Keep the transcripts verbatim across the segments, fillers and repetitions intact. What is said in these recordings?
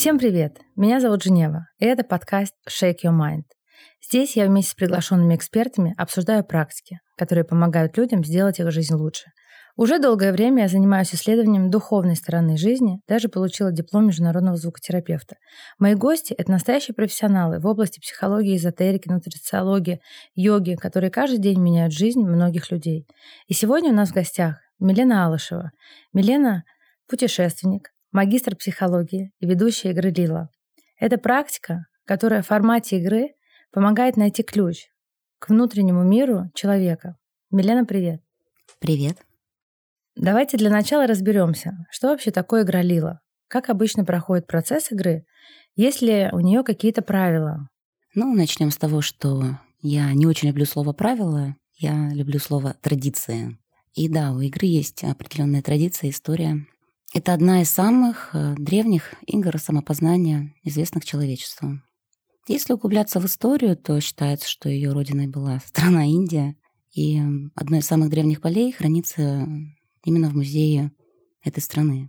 Всем привет! Меня зовут Женева, и это подкаст Shake Your Mind. Здесь я вместе с приглашенными экспертами обсуждаю практики, которые помогают людям сделать их жизнь лучше. Уже долгое время я занимаюсь исследованием духовной стороны жизни, даже получила диплом международного звукотерапевта. Мои гости — это настоящие профессионалы в области психологии, эзотерики, нутрициологии, йоги, которые каждый день меняют жизнь многих людей. И сегодня у нас в гостях Милена Алышева. Милена — путешественник, магистр психологии и ведущая игры Лила. Это практика, которая в формате игры помогает найти ключ к внутреннему миру человека. Милена, привет. Привет. Давайте для начала разберемся, что вообще такое игра Лила, как обычно проходит процесс игры, есть ли у нее какие-то правила. Ну, начнем с того, что я не очень люблю слово «правила», я люблю слово «традиция». И да, у игры есть определенная традиция, история. Это одна из самых древних игр самопознания, известных человечеству. Если углубляться в историю, то считается, что ее родиной была страна Индия, и одно из самых древних полей хранится именно в музее этой страны.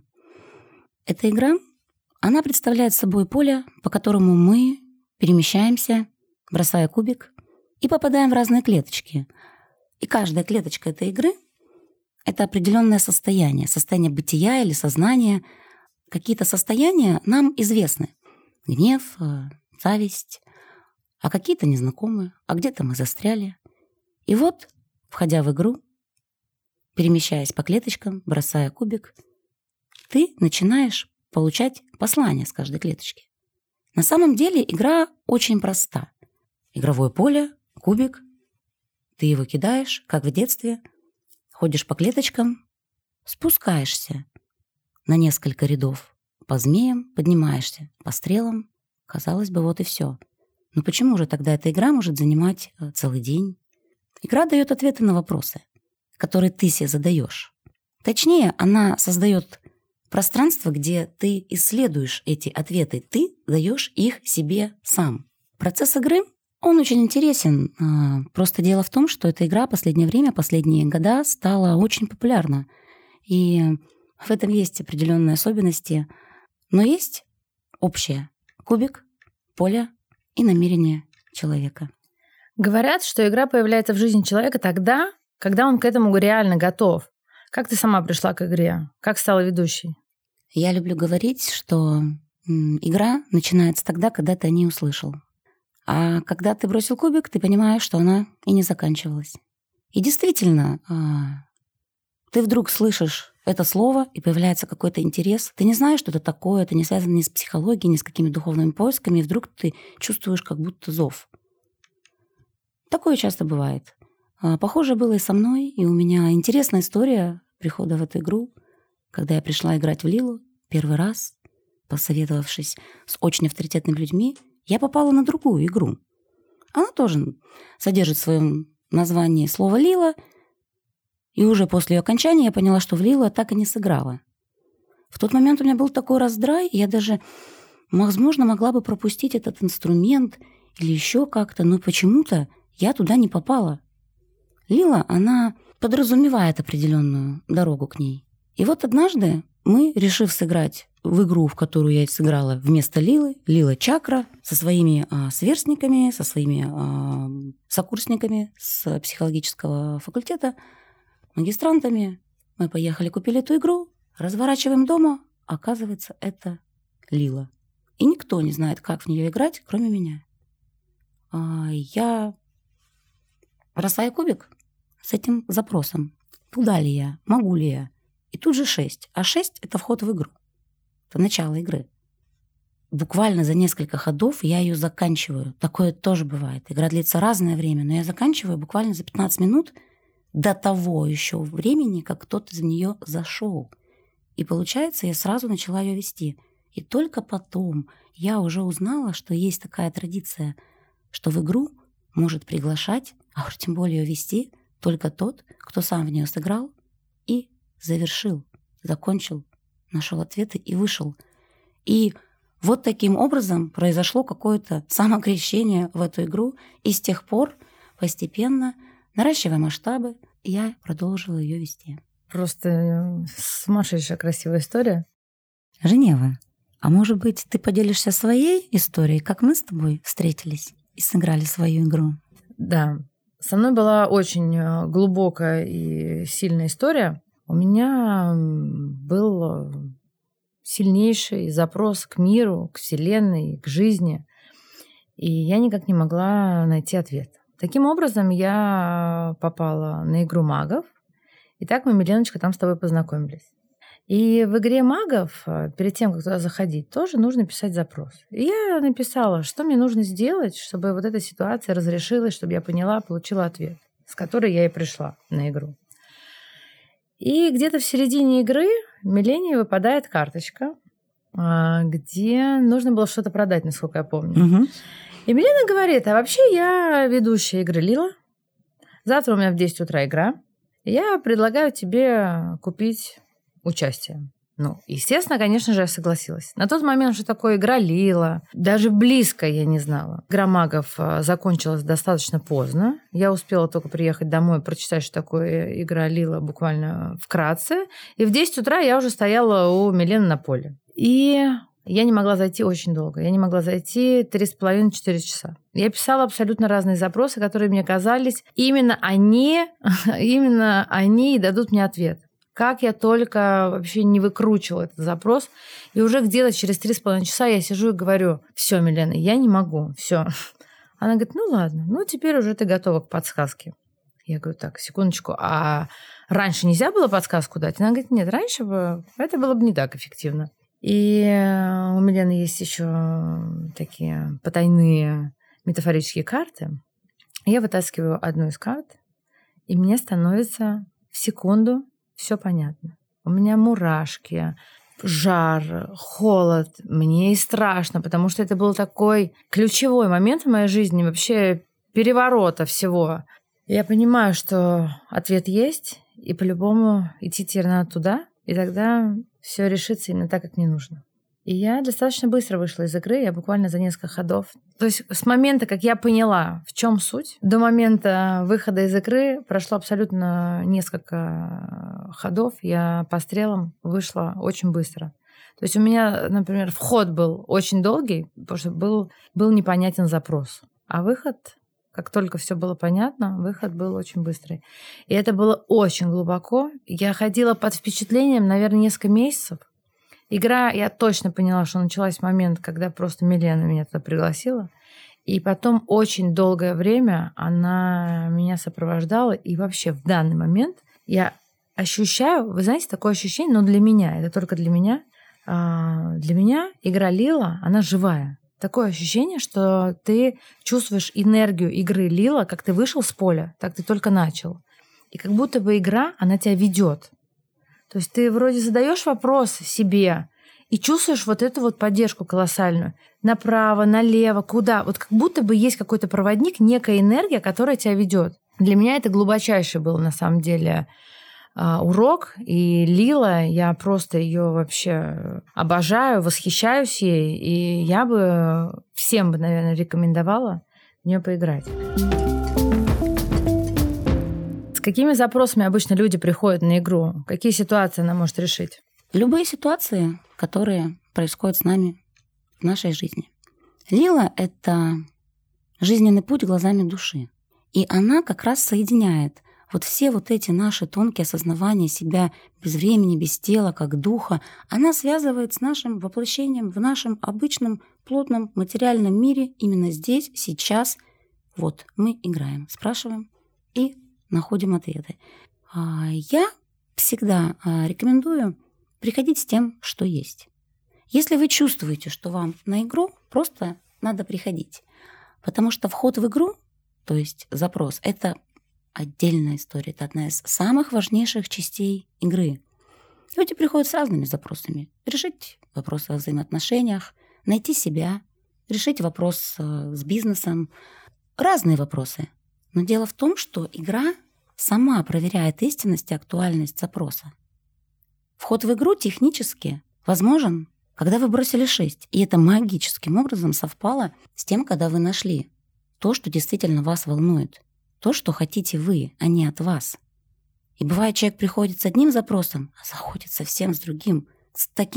Эта игра, она представляет собой поле, по которому мы перемещаемся, бросая кубик, и попадаем в разные клеточки. И каждая клеточка этой игры — это определенное состояние, состояние бытия или сознания. Какие-то состояния нам известны. Гнев, зависть, а какие-то незнакомые, а где-то мы застряли. И вот, входя в игру, перемещаясь по клеточкам, бросая кубик, ты начинаешь получать послания с каждой клеточки. На самом деле игра очень проста. Игровое поле, кубик, ты его кидаешь, как в детстве, ходишь по клеточкам, спускаешься на несколько рядов по змеям, поднимаешься по стрелам. Казалось бы, вот и все. Но почему же тогда эта игра может занимать целый день? Игра дает ответы на вопросы, которые ты себе задаешь. Точнее, она создает пространство, где ты исследуешь эти ответы, ты даешь их себе сам. Процесс игры, он очень интересен. Просто дело в том, что эта игра в последнее время, последние года стала очень популярна. И в этом есть определенные особенности. Но есть общее. Кубик, поле и намерение человека. Говорят, что игра появляется в жизни человека тогда, когда он к этому реально готов. Как ты сама пришла к игре? Как стала ведущей? Я люблю говорить, что м, игра начинается тогда, когда ты о ней услышал. А когда ты бросил кубик, ты понимаешь, что она и не заканчивалась. И действительно, а, ты вдруг слышишь это слово, и появляется какой-то интерес. Ты не знаешь, что это такое, это не связано ни с психологией, ни с какими духовными поисками, и вдруг ты чувствуешь как будто зов. Такое часто бывает. Похоже было и со мной, и у меня интересная история прихода в эту игру, когда я пришла играть в Лилу первый раз, посоветовавшись с очень авторитетными людьми, я попала на другую игру. Она тоже содержит в своем названии слово «Лила», и уже после ее окончания я поняла, что в Лилу я так и не сыграла. В тот момент у меня был такой раздрай, я даже, возможно, могла бы пропустить этот инструмент или еще как-то, но почему-то я туда не попала. Лила, она подразумевает определенную дорогу к ней. И вот однажды мы, решив сыграть в игру, в которую я сыграла вместо Лилы, Лила Чакра, со своими а, сверстниками, со своими а, сокурсниками с психологического факультета, магистрантами, мы поехали, купили эту игру, разворачиваем дома, оказывается, это Лила. И никто не знает, как в нее играть, кроме меня. А, я бросаю кубик с этим запросом. Туда ли я? Могу ли я? И тут же шесть. А шесть — это вход в игру. Это начало игры. Буквально за несколько ходов я ее заканчиваю. Такое тоже бывает. Игра длится разное время, но я заканчиваю буквально за пятнадцать минут до того еще времени, как кто-то из нее зашел. И получается, я сразу начала ее вести. И только потом я уже узнала, что есть такая традиция, что в игру может приглашать, а уж тем более ее вести, только тот, кто сам в нее сыграл и завершил, закончил, нашел ответы и вышел. И вот таким образом произошло какое-то самокрещение в эту игру, и с тех пор постепенно, наращивая масштабы, я продолжила ее вести. Просто сумасшедшая красивая история. Женева, А может быть, ты поделишься своей историей, как мы с тобой встретились и сыграли свою игру? Да. Со мной была очень глубокая и сильная история. У меня был сильнейший запрос к миру, к Вселенной, к жизни. И я никак не могла найти ответ. Таким образом, я попала на игру магов. И так мы, Миленочка, там с тобой познакомились. И в игре магов, перед тем, как туда заходить, тоже нужно писать запрос. И я написала, что мне нужно сделать, чтобы вот эта ситуация разрешилась, чтобы я поняла, получила ответ, с которой я и пришла на игру. И где-то в середине игры Милене выпадает карточка, где нужно было что-то продать, насколько я помню. Угу. И Милена говорит, а вообще я ведущая игры Лила. Завтра у меня в десять утра игра. И я предлагаю тебе купить участие. Ну, естественно, конечно же, я согласилась. На тот момент, что такое игра Лила, даже близко я не знала. Игра магов закончилась достаточно поздно. Я успела только приехать домой, прочитать, что такое игра Лила буквально вкратце. И в десять утра я уже стояла у Милены на поле. И я не могла зайти очень долго. Я не могла зайти три с половиной - четыре часа. Я писала абсолютно разные запросы, которые мне казались, именно они, именно они и дадут мне ответ. Как я только вообще не выкручивала этот запрос. И уже где-то через три с половиной часа я сижу и говорю, все, Милена, я не могу, все. Она говорит, ну ладно, ну теперь уже ты готова к подсказке. Я говорю, так, секундочку, а раньше нельзя было подсказку дать? Она говорит, нет, раньше бы это было бы не так эффективно. И у Милены есть еще такие потайные метафорические карты. Я вытаскиваю одну из карт, и мне становится в секунду все понятно. У меня мурашки, жар, холод. Мне и страшно, потому что это был такой ключевой момент в моей жизни, вообще переворота всего. Я понимаю, что ответ есть, и по-любому идти теперь надо туда, и тогда все решится именно так, как мне нужно. И я достаточно быстро вышла из игры, я буквально за несколько ходов. То есть с момента, как я поняла, в чем суть, до момента выхода из игры прошло абсолютно несколько ходов. Я по стрелам вышла очень быстро. То есть у меня, например, вход был очень долгий, потому что был, был непонятен запрос. А выход, как только все было понятно, выход был очень быстрый. И это было очень глубоко. Я ходила под впечатлением, наверное, несколько месяцев. Игра, я точно поняла, что началась в момент, когда просто Милена меня туда пригласила. И потом очень долгое время она меня сопровождала. И вообще в данный момент я ощущаю, вы знаете, такое ощущение, но для меня, это только для меня, для меня игра Лила, она живая. Такое ощущение, что ты чувствуешь энергию игры Лила, как ты вышел с поля, так ты только начал. И как будто бы игра, она тебя ведет. То есть ты вроде задаешь вопрос себе и чувствуешь вот эту вот поддержку колоссальную. Направо, налево, куда. Вот как будто бы есть какой-то проводник, некая энергия, которая тебя ведет. Для меня это глубочайший был на самом деле урок. И Лила, я просто ее вообще обожаю, восхищаюсь ей. И я бы всем бы, наверное, рекомендовала в нее поиграть. С какими запросами обычно люди приходят на игру? Какие ситуации она может решить? Любые ситуации, которые происходят с нами в нашей жизни. Лила — это жизненный путь глазами души. И она как раз соединяет вот все вот эти наши тонкие осознавания себя без времени, без тела, как духа. Она связывает с нашим воплощением в нашем обычном, плотном, материальном мире именно здесь, сейчас. Вот мы играем, спрашиваем и находим ответы. Я всегда рекомендую приходить с тем, что есть. Если вы чувствуете, что вам на игру, просто надо приходить. Потому что вход в игру, то есть запрос, это отдельная история. Это одна из самых важнейших частей игры. Люди приходят с разными запросами. Решить вопрос о взаимоотношениях, найти себя, решить вопрос с бизнесом. Разные вопросы. Но дело в том, что игра сама проверяет истинность и актуальность запроса. Вход в игру технически возможен, когда вы бросили шесть, и это магическим образом совпало с тем, когда вы нашли то, что действительно вас волнует, то, что хотите вы, а не от вас. И бывает, человек приходит с одним запросом, а заходит совсем с другим, с таким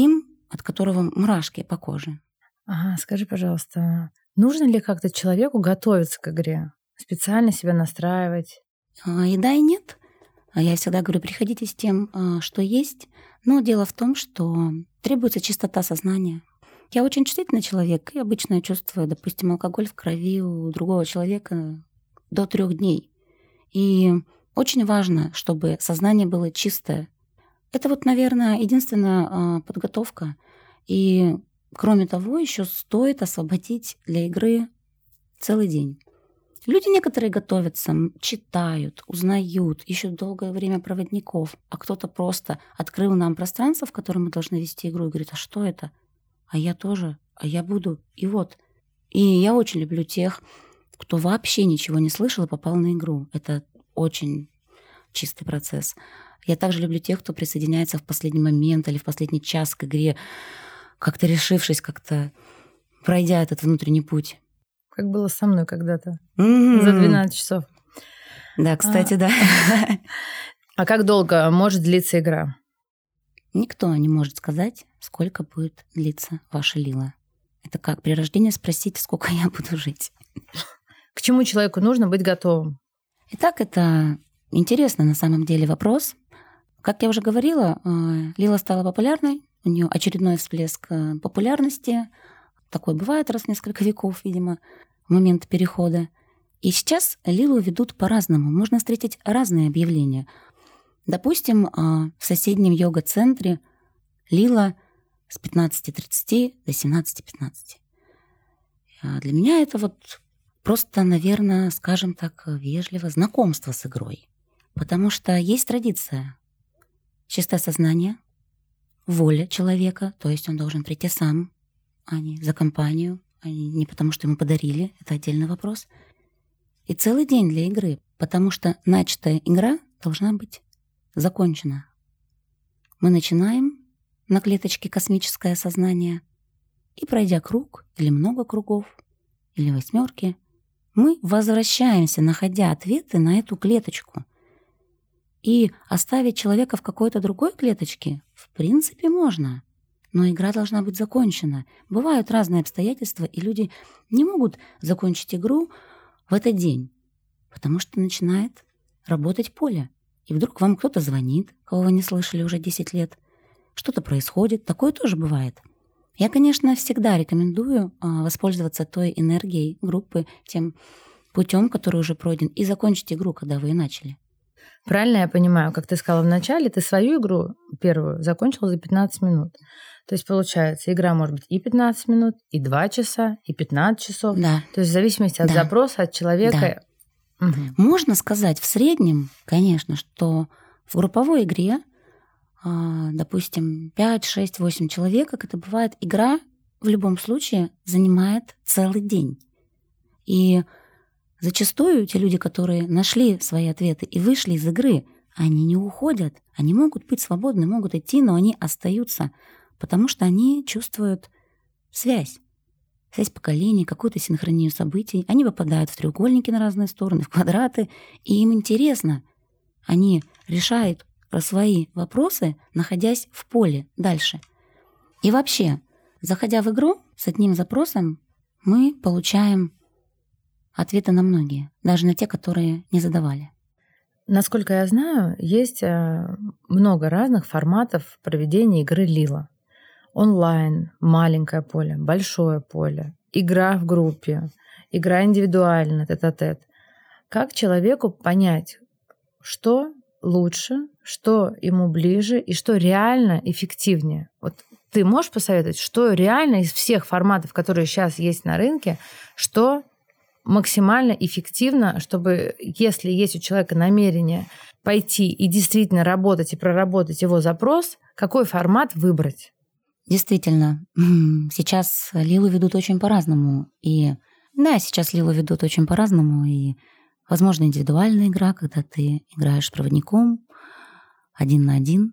от которого мурашки по коже. Ага, скажи, пожалуйста, нужно ли как-то человеку готовиться к игре? Специально себя настраивать? А, и да, и нет. А я всегда говорю, приходите с тем, а, что есть. Но дело в том, что требуется чистота сознания. Я очень чувствительный человек, и обычно я чувствую, допустим, алкоголь в крови у другого человека до трех дней. И очень важно, чтобы сознание было чистое. Это вот, наверное, единственная а, подготовка. И кроме того, еще стоит освободить для игры целый день. Люди некоторые готовятся, читают, узнают, ищут долгое время проводников, а кто-то просто открыл нам пространство, в котором мы должны вести игру, и говорит, а что это? А я тоже, а я буду. И вот. И я очень люблю тех, кто вообще ничего не слышал и попал на игру. Это очень чистый процесс. Я также люблю тех, кто присоединяется в последний момент или в последний час к игре, как-то решившись, как-то пройдя этот внутренний путь. Как было со мной когда-то. Mm-hmm. За двенадцать часов. Да, кстати, а... да. А как долго может длиться игра? Никто не может сказать, сколько будет длиться ваша лила. Это как при рождении спросить, сколько я буду жить. К чему человеку нужно быть готовым? Итак, это интересный на самом деле вопрос. Как я уже говорила, лила стала популярной. У нее очередной всплеск популярности. Такое бывает раз в несколько веков, видимо, в момент перехода. И сейчас лилу ведут по-разному. Можно встретить разные объявления. Допустим, в соседнем йога-центре лила с пятнадцати тридцати до семнадцати пятнадцати. Для меня это вот просто, наверное, скажем так, вежливо, знакомство с игрой. Потому что есть традиция. Чистое сознание, воля человека, то есть он должен прийти сам, а не за компанию, а не потому, что ему подарили, это отдельный вопрос. И целый день для игры, потому что начатая игра должна быть закончена. Мы начинаем на клеточке космическое сознание, и пройдя круг или много кругов, или восьмерки, мы возвращаемся, находя ответы на эту клеточку. И оставить человека в какой-то другой клеточке в принципе можно, но игра должна быть закончена. Бывают разные обстоятельства, и люди не могут закончить игру в этот день, потому что начинает работать поле. И вдруг вам кто-то звонит, кого вы не слышали уже десять лет. Что-то происходит, такое тоже бывает. Я, конечно, всегда рекомендую а, воспользоваться той энергией группы, тем путем, который уже пройден, и закончить игру, когда вы и начали. Правильно я понимаю, как ты сказала в начале, ты свою игру первую закончила за пятнадцать минут. То есть, получается, игра может быть и пятнадцать минут, и два часа, и пятнадцать часов. Да. То есть в зависимости от да. запроса, от человека. Да. Угу. Можно сказать в среднем, конечно, что в групповой игре, допустим, пять, шесть, восемь человек, как это бывает, игра в любом случае занимает целый день. И зачастую те люди, которые нашли свои ответы и вышли из игры, они не уходят. Они могут быть свободны, могут идти, но они остаются, потому что они чувствуют связь. Связь поколений, какую-то синхронию событий. Они попадают в треугольники на разные стороны, в квадраты, и им интересно. Они решают свои вопросы, находясь в поле дальше. И вообще, заходя в игру с одним запросом, мы получаем ответы на многие, даже на те, которые не задавали. Насколько я знаю, есть много разных форматов проведения игры Лила. Онлайн, маленькое поле, большое поле, игра в группе, игра индивидуально, тет-а-тет. Как человеку понять, что лучше, что ему ближе и что реально эффективнее? Вот ты можешь посоветовать, что реально из всех форматов, которые сейчас есть на рынке, что максимально эффективно, чтобы, если есть у человека намерение пойти и действительно работать и проработать его запрос, какой формат выбрать? Действительно, сейчас Лилу ведут очень по-разному. И да, сейчас Лилу ведут очень по-разному. И, возможно, индивидуальная игра, когда ты играешь с проводником один на один.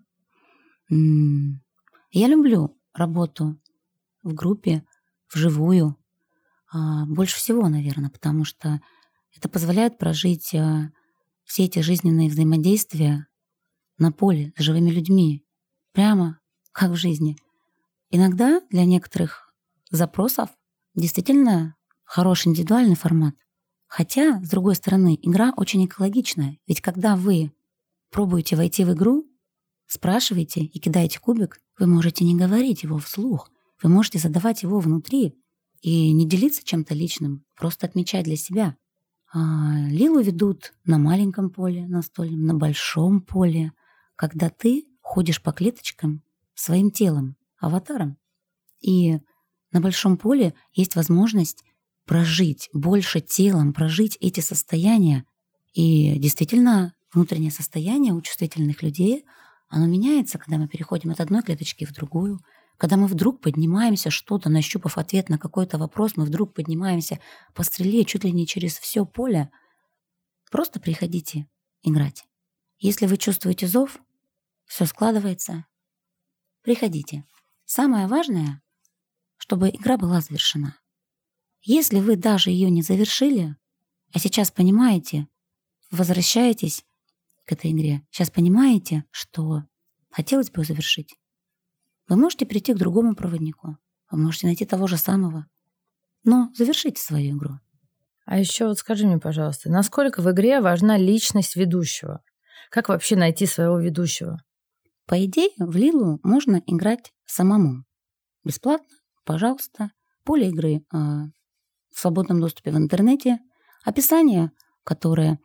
Я люблю работу в группе, вживую. Больше всего, наверное, потому что это позволяет прожить все эти жизненные взаимодействия на поле с живыми людьми, прямо как в жизни. Иногда для некоторых запросов действительно хороший индивидуальный формат. Хотя, с другой стороны, игра очень экологичная. Ведь когда вы пробуете войти в игру, спрашиваете и кидаете кубик, вы можете не говорить его вслух. Вы можете задавать его внутри и не делиться чем-то личным, просто отмечать для себя. А Лилу ведут на маленьком поле настольном, на большом поле, когда ты ходишь по клеточкам своим телом, аватаром. И на большом поле есть возможность прожить больше телом, прожить эти состояния. И действительно, внутреннее состояние у чувствительных людей, оно меняется, когда мы переходим от одной клеточки в другую. Когда мы вдруг поднимаемся что-то, нащупав ответ на какой-то вопрос, мы вдруг поднимаемся по стреле чуть ли не через все поле. Просто приходите играть. Если вы чувствуете зов, все складывается, приходите. Самое важное, чтобы игра была завершена. Если вы даже ее не завершили, а сейчас понимаете, возвращаетесь к этой игре, сейчас понимаете, что хотелось бы завершить, вы можете прийти к другому проводнику, вы можете найти того же самого, но завершите свою игру. А еще вот скажи мне, пожалуйста, насколько в игре важна личность ведущего? Как вообще найти своего ведущего? По идее, в Лилу можно играть самому. Бесплатно, пожалуйста. Поле игры э, в свободном доступе в интернете. Описание, которое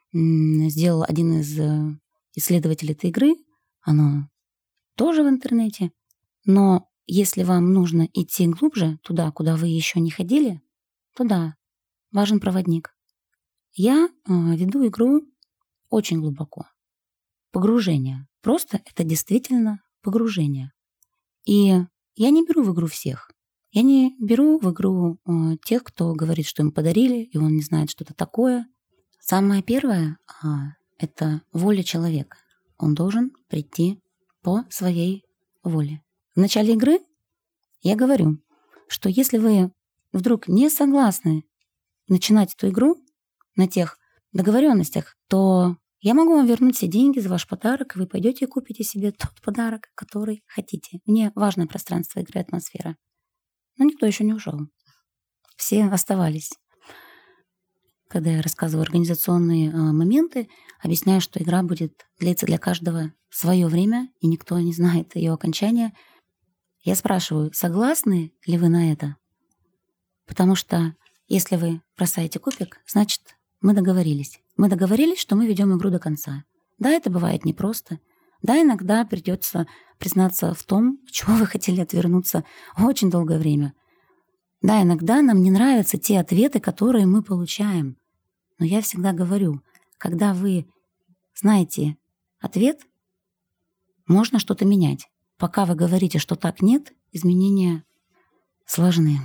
м, сделал один из э, исследователей этой игры, оно тоже в интернете. Но если вам нужно идти глубже, туда, куда вы еще не ходили, то да, важен проводник. Я э, веду игру очень глубоко. Погружение. Просто это действительно погружение. И я не беру в игру всех. Я не беру в игру э, тех, кто говорит, что им подарили, и он не знает, что это такое. Самое первое э, — это воля человека. Он должен прийти по своей воле. В начале игры я говорю, что если вы вдруг не согласны начинать эту игру на тех договоренностях, то я могу вам вернуть все деньги за ваш подарок, и вы пойдете и купите себе тот подарок, который хотите. Мне важно пространство игры, атмосфера. Но никто еще не ушел. Все оставались. Когда я рассказываю организационные э, моменты, объясняю, что игра будет длиться для каждого свое время, и никто не знает ее окончания. Я спрашиваю, согласны ли вы на это? Потому что если вы бросаете кубик, значит, мы договорились. Мы договорились, что мы ведем игру до конца. Да, это бывает непросто. Да, иногда придется признаться в том, от чего вы хотели отвернуться очень долгое время. Да, иногда нам не нравятся те ответы, которые мы получаем. Но я всегда говорю, когда вы знаете ответ, можно что-то менять. Пока вы говорите, что так нет, изменения сложны.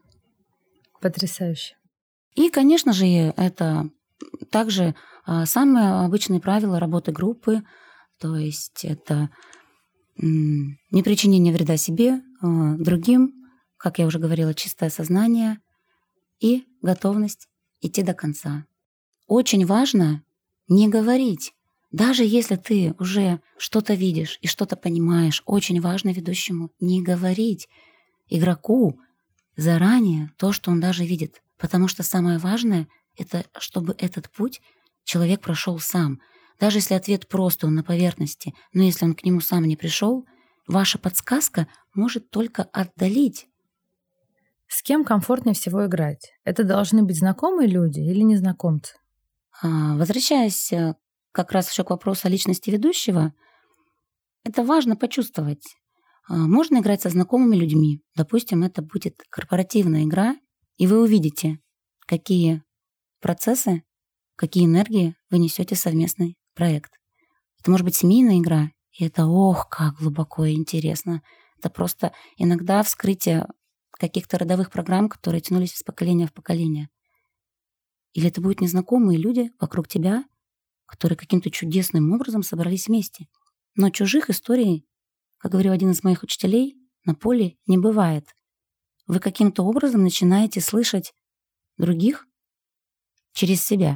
Потрясающе. И, конечно же, это также самые обычные правила работы группы, то есть это непричинение вреда себе, другим, как я уже говорила, чистое сознание и готовность идти до конца. Очень важно не говорить. Даже если ты уже что-то видишь и что-то понимаешь, очень важно ведущему не говорить игроку заранее то, что он даже видит. Потому что самое важное — это чтобы этот путь человек прошел сам. Даже если ответ просто, он на поверхности, но если он к нему сам не пришел, ваша подсказка может только отдалить. С кем комфортнее всего играть? Это должны быть знакомые люди или незнакомцы? А, возвращаясь как раз еще к вопросу о личности ведущего, это важно почувствовать. А, можно играть со знакомыми людьми. Допустим, это будет корпоративная игра, и вы увидите, какие процессы, какие энергии вы несете в совместный проект. Это может быть семейная игра, и это, ох, как глубоко и интересно. Это просто иногда вскрытие каких-то родовых программ, которые тянулись из поколения в поколение. Или это будут незнакомые люди вокруг тебя, которые каким-то чудесным образом собрались вместе. Но чужих историй, как говорил один из моих учителей, на поле не бывает. Вы каким-то образом начинаете слышать других через себя.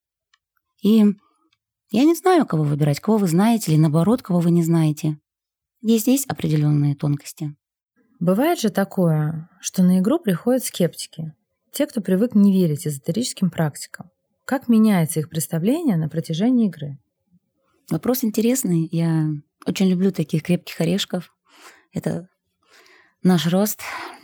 И я не знаю, кого выбирать, кого вы знаете, или наоборот, кого вы не знаете. Здесь есть определенные тонкости. Бывает же такое, что на игру приходят скептики, те, кто привык не верить эзотерическим практикам. Как меняется их представление на протяжении игры? Вопрос интересный. Я очень люблю таких крепких орешков. Это наш рост.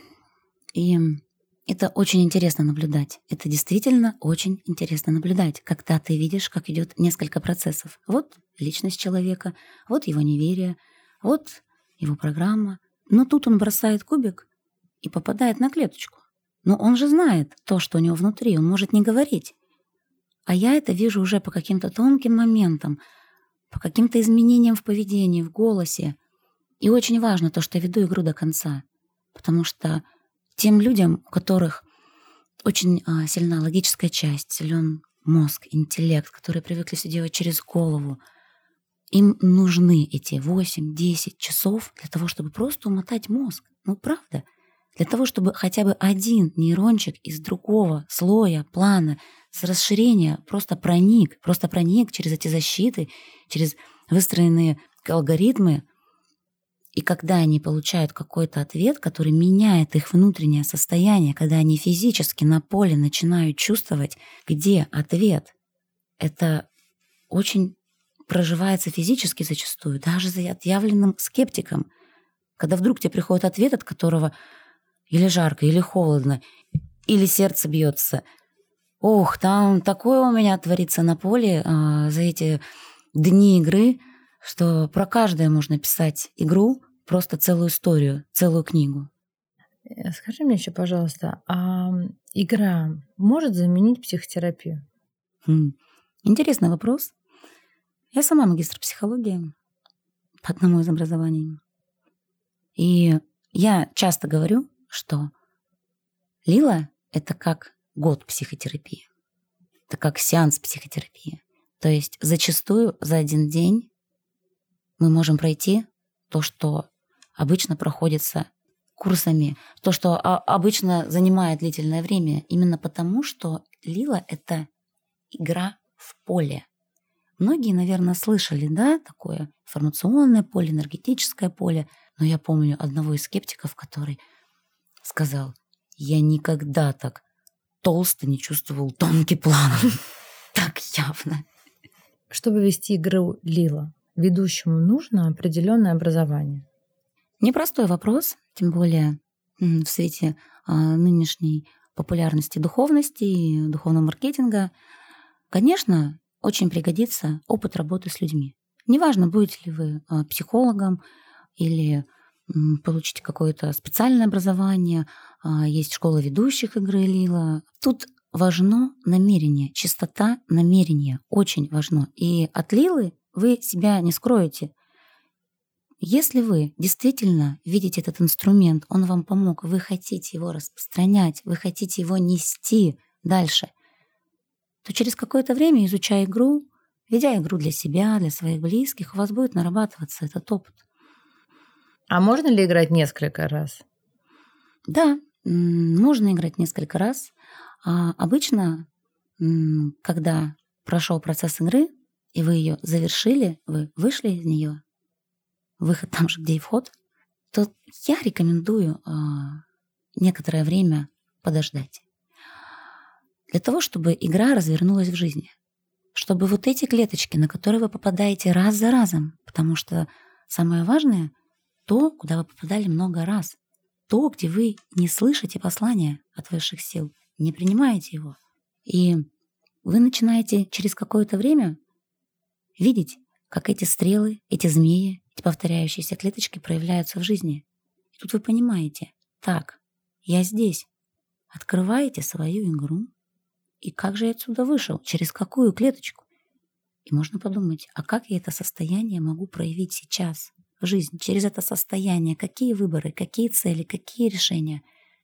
И это очень интересно наблюдать. Это действительно очень интересно наблюдать, когда ты видишь, как идет несколько процессов. Вот личность человека, вот его неверие, вот его программа. Но тут он бросает кубик и попадает на клеточку. Но он же знает то, что у него внутри, он может не говорить. А я это вижу уже по каким-то тонким моментам, по каким-то изменениям в поведении, в голосе. И очень важно то, что я веду игру до конца. Потому что тем людям, у которых очень а, сильна логическая часть, силен мозг, интеллект, которые привыкли все делать через голову, им нужны эти восемь-десять часов для того, чтобы просто умотать мозг. Ну, правда. Для того, чтобы хотя бы один нейрончик из другого слоя, плана, с расширения просто проник, просто проник через эти защиты, через выстроенные алгоритмы. И когда они получают какой-то ответ, который меняет их внутреннее состояние, когда они физически на поле начинают чувствовать, где ответ, это очень проживается физически зачастую, даже за отъявленным скептиком. Когда вдруг тебе приходит ответ, от которого или жарко, или холодно, или сердце бьется. Ох, там такое у меня творится на поле а, за эти дни игры, что про каждое можно писать игру, просто целую историю, целую книгу. Скажи мне еще, пожалуйста, а игра может заменить психотерапию? Хм. Интересный вопрос. Я сама магистр психологии по одному из образований. И я часто говорю, что Лила — это как год психотерапии. Это как сеанс психотерапии. То есть зачастую за один день мы можем пройти то, что обычно проходится курсами, то, что обычно занимает длительное время, именно потому, что Лила — это игра в поле. Многие, наверное, слышали, да, такое информационное поле, энергетическое поле, но я помню одного из скептиков, который сказал: я никогда так толсто не чувствовал тонкий план. Так явно. Чтобы вести игру Лила, ведущему нужно определенное образование. Непростой вопрос, тем более в свете а, нынешней популярности духовности и духовного маркетинга. Конечно, очень пригодится опыт работы с людьми. Неважно, будете ли вы а, психологом или м, получите какое-то специальное образование, а, есть школа ведущих игры Лила. Тут важно намерение, чистота намерения очень важно. И от Лилы вы себя не скроете. Если вы действительно видите этот инструмент, он вам помог, вы хотите его распространять, вы хотите его нести дальше, то через какое-то время, изучая игру, ведя игру для себя, для своих близких, у вас будет нарабатываться этот опыт. А можно ли играть несколько раз? Да, можно играть несколько раз. А обычно, когда прошел процесс игры, и вы ее завершили, вы вышли из нее, выход там же, где и вход, то я рекомендую э, некоторое время подождать. Для того, чтобы игра развернулась в жизни. Чтобы вот эти клеточки, на которые вы попадаете раз за разом, потому что самое важное — то, куда вы попадали много раз. То, где вы не слышите послания от высших сил, не принимаете его. И вы начинаете через какое-то время видеть, как эти стрелы, эти змеи, эти повторяющиеся клеточки проявляются в жизни. И тут вы понимаете: так, я здесь. Открываете свою игру. И как же я отсюда вышел? Через какую клеточку? И можно подумать, а как я это состояние могу проявить сейчас в жизни? Через это состояние какие выборы, какие цели, какие решения?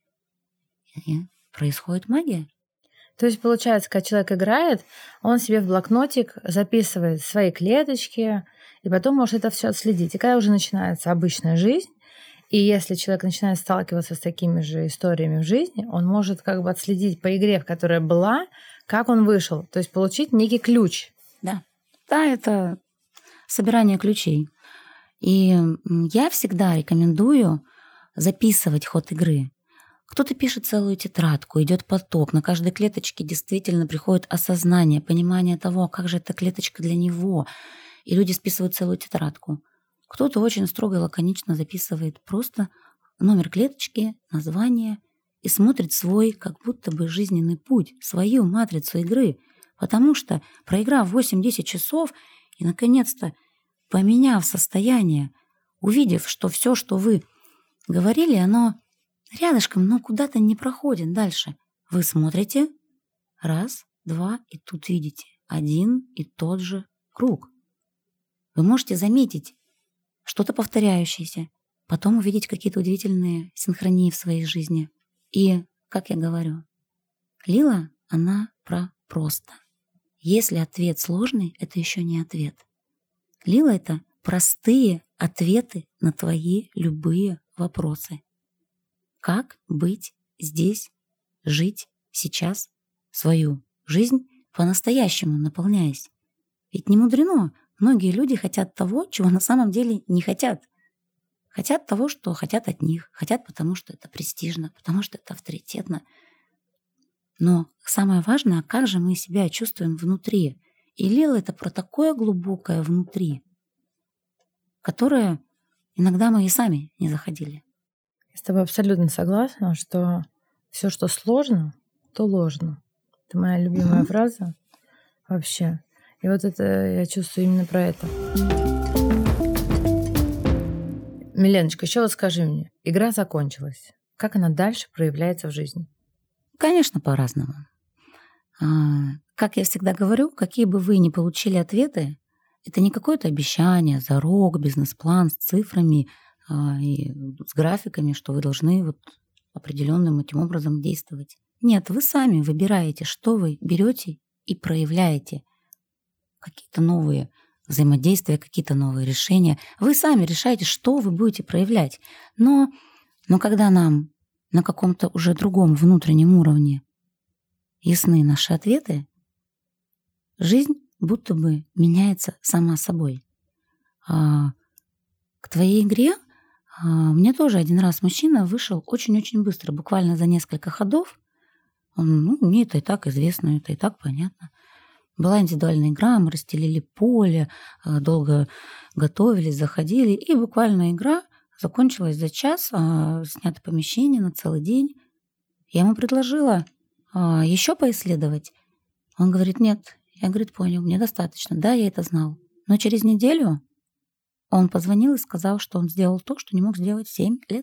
И происходит магия. То есть, получается, когда человек играет, он себе в блокнотик записывает свои клеточки, и потом может это все отследить. И когда уже начинается обычная жизнь, и если человек начинает сталкиваться с такими же историями в жизни, он может как бы отследить по игре, в которой была, как он вышел. То есть получить некий ключ. Да, да, это собирание ключей. И я всегда рекомендую записывать ход игры. Кто-то пишет целую тетрадку, идет поток, на каждой клеточке действительно приходит осознание, понимание того, как же эта клеточка для него, и люди списывают целую тетрадку. Кто-то очень строго и лаконично записывает просто номер клеточки, название и смотрит свой как будто бы жизненный путь, свою матрицу игры, потому что, проиграв восемь-десять часов и, наконец-то, поменяв состояние, увидев, что все, что вы говорили, оно рядышком, но куда-то не проходит дальше. Вы смотрите, раз, два, и тут видите один и тот же круг. Вы можете заметить что-то повторяющееся, потом увидеть какие-то удивительные синхронии в своей жизни. И, как я говорю, Лила, она про просто. Если ответ сложный, это еще не ответ. Лила — это простые ответы на твои любые вопросы. Как быть здесь, жить сейчас свою жизнь по-настоящему, наполняясь? Ведь не мудрено. Многие люди хотят того, чего на самом деле не хотят. Хотят того, что хотят от них. Хотят, потому что это престижно, потому что это авторитетно. Но самое важное, как же мы себя чувствуем внутри. И Лила — это про такое глубокое внутри, которое иногда мы и сами не заходили. Я с тобой абсолютно согласна, что все, что сложно, то ложно. Это моя любимая mm-hmm. фраза вообще. И вот это я чувствую именно про это. Миленочка, еще вот скажи мне, игра закончилась. Как она дальше проявляется в жизни? Конечно, по-разному. Как я всегда говорю, какие бы вы ни получили ответы, это не какое-то обещание, зарок, бизнес-план с цифрами и с графиками, что вы должны вот определенным этим образом действовать. Нет, вы сами выбираете, что вы берете и проявляете. Какие-то новые взаимодействия, какие-то новые решения. Вы сами решаете, что вы будете проявлять. Но, но когда нам на каком-то уже другом внутреннем уровне ясны наши ответы, жизнь будто бы меняется сама собой. А к твоей игре а, мне тоже один раз мужчина вышел очень-очень быстро, буквально за несколько ходов. Он, ну, мне это и так известно, это и так понятно. Была индивидуальная игра, мы расстелили поле, долго готовились, заходили, и буквально игра закончилась за час, а, снято помещение на целый день. Я ему предложила а, еще поисследовать. Он говорит, нет. Я, говорит, понял, мне достаточно. Да, я это знал. Но через неделю он позвонил и сказал, что он сделал то, что не мог сделать семь лет.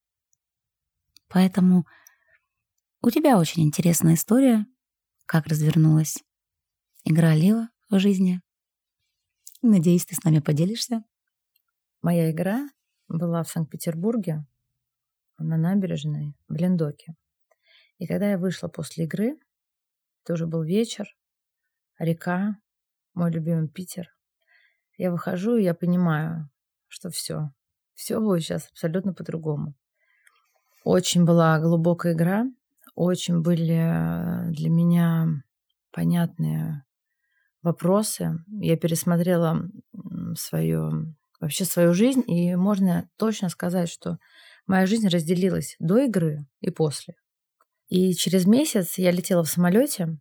Поэтому у тебя очень интересная история, как развернулась игра Лила в жизни. Надеюсь, ты с нами поделишься. Моя игра была в Санкт-Петербурге на набережной в Лендоке. И когда я вышла после игры, это уже был вечер, река, мой любимый Питер. Я выхожу, и я понимаю, что все, все будет сейчас абсолютно по-другому. Очень была глубокая игра, очень были для меня понятные вопросы. Я пересмотрела свою, вообще свою жизнь, и можно точно сказать, что моя жизнь разделилась до игры и после. И через месяц я летела в самолете,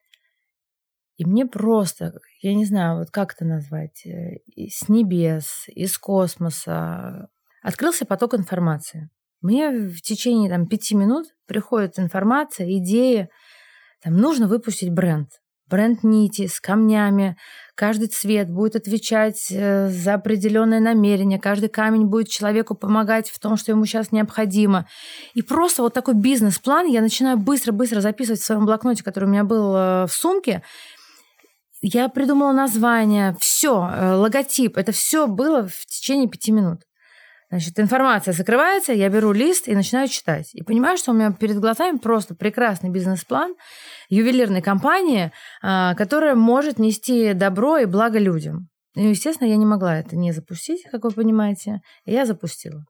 и мне просто, я не знаю, вот как это назвать, с небес, из космоса открылся поток информации. Мне в течение там, пяти минут приходит информация, идеи. Там, нужно выпустить бренд. Бренд нити с камнями. Каждый цвет будет отвечать за определенное намерение. Каждый камень будет человеку помогать в том, что ему сейчас необходимо. И просто вот такой бизнес-план я начинаю быстро-быстро записывать в своем блокноте, который у меня был в сумке. Я придумала название, все, логотип. Это все было в течение пяти минут. Значит, информация закрывается, я беру лист и начинаю читать. И понимаю, что у меня перед глазами просто прекрасный бизнес-план ювелирной компании, которая может нести добро и благо людям. И, естественно, я не могла это не запустить, как вы понимаете. И я запустила.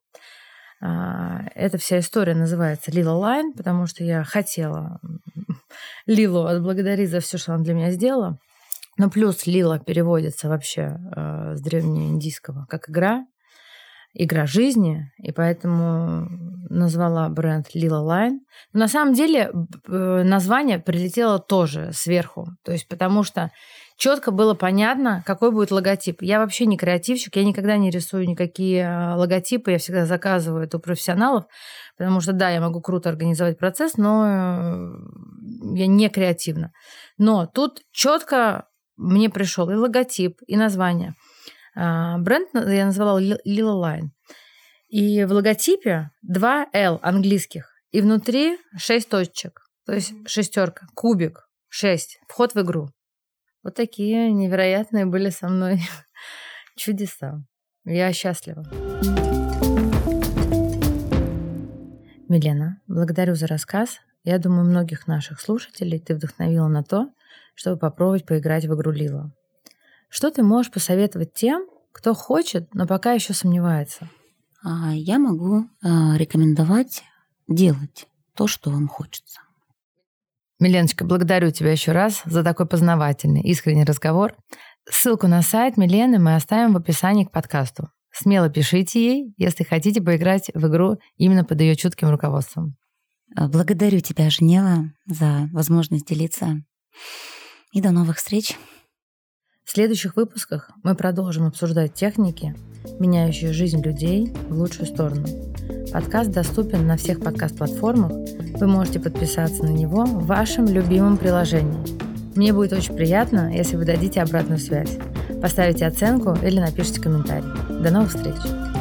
Эта вся история называется Lila Line, потому что я хотела Лилу отблагодарить за все, что она для меня сделала. Но плюс Лила переводится вообще э, с древнеиндийского как игра. игра жизни, и поэтому назвала бренд Lila Line. Но на самом деле название прилетело тоже сверху, то есть потому что четко было понятно, какой будет логотип. Я вообще не креативщик, я никогда не рисую никакие логотипы, я всегда заказываю это у профессионалов, потому что, да, я могу круто организовать процесс, но я не креативна. Но тут четко мне пришел и логотип, и название. Бренд я назвала Lila Line. И в логотипе два L английских, и внутри шесть точек, то есть шестерка, кубик, шесть, вход в игру. Вот такие невероятные были со мной чудеса. Я счастлива. Милена, благодарю за рассказ. Я думаю, многих наших слушателей ты вдохновила на то, чтобы попробовать поиграть в игру Lila. Что ты можешь посоветовать тем, кто хочет, но пока еще сомневается? Я могу рекомендовать делать то, что вам хочется. Миленочка, благодарю тебя еще раз за такой познавательный, искренний разговор. Ссылку на сайт Милены мы оставим в описании к подкасту. Смело пишите ей, если хотите поиграть в игру именно под ее чутким руководством. Благодарю тебя, Женева, за возможность делиться. И до новых встреч. В следующих выпусках мы продолжим обсуждать техники, меняющие жизнь людей в лучшую сторону. Подкаст доступен на всех подкаст-платформах. Вы можете подписаться на него в вашем любимом приложении. Мне будет очень приятно, если вы дадите обратную связь, поставите оценку или напишите комментарий. До новых встреч!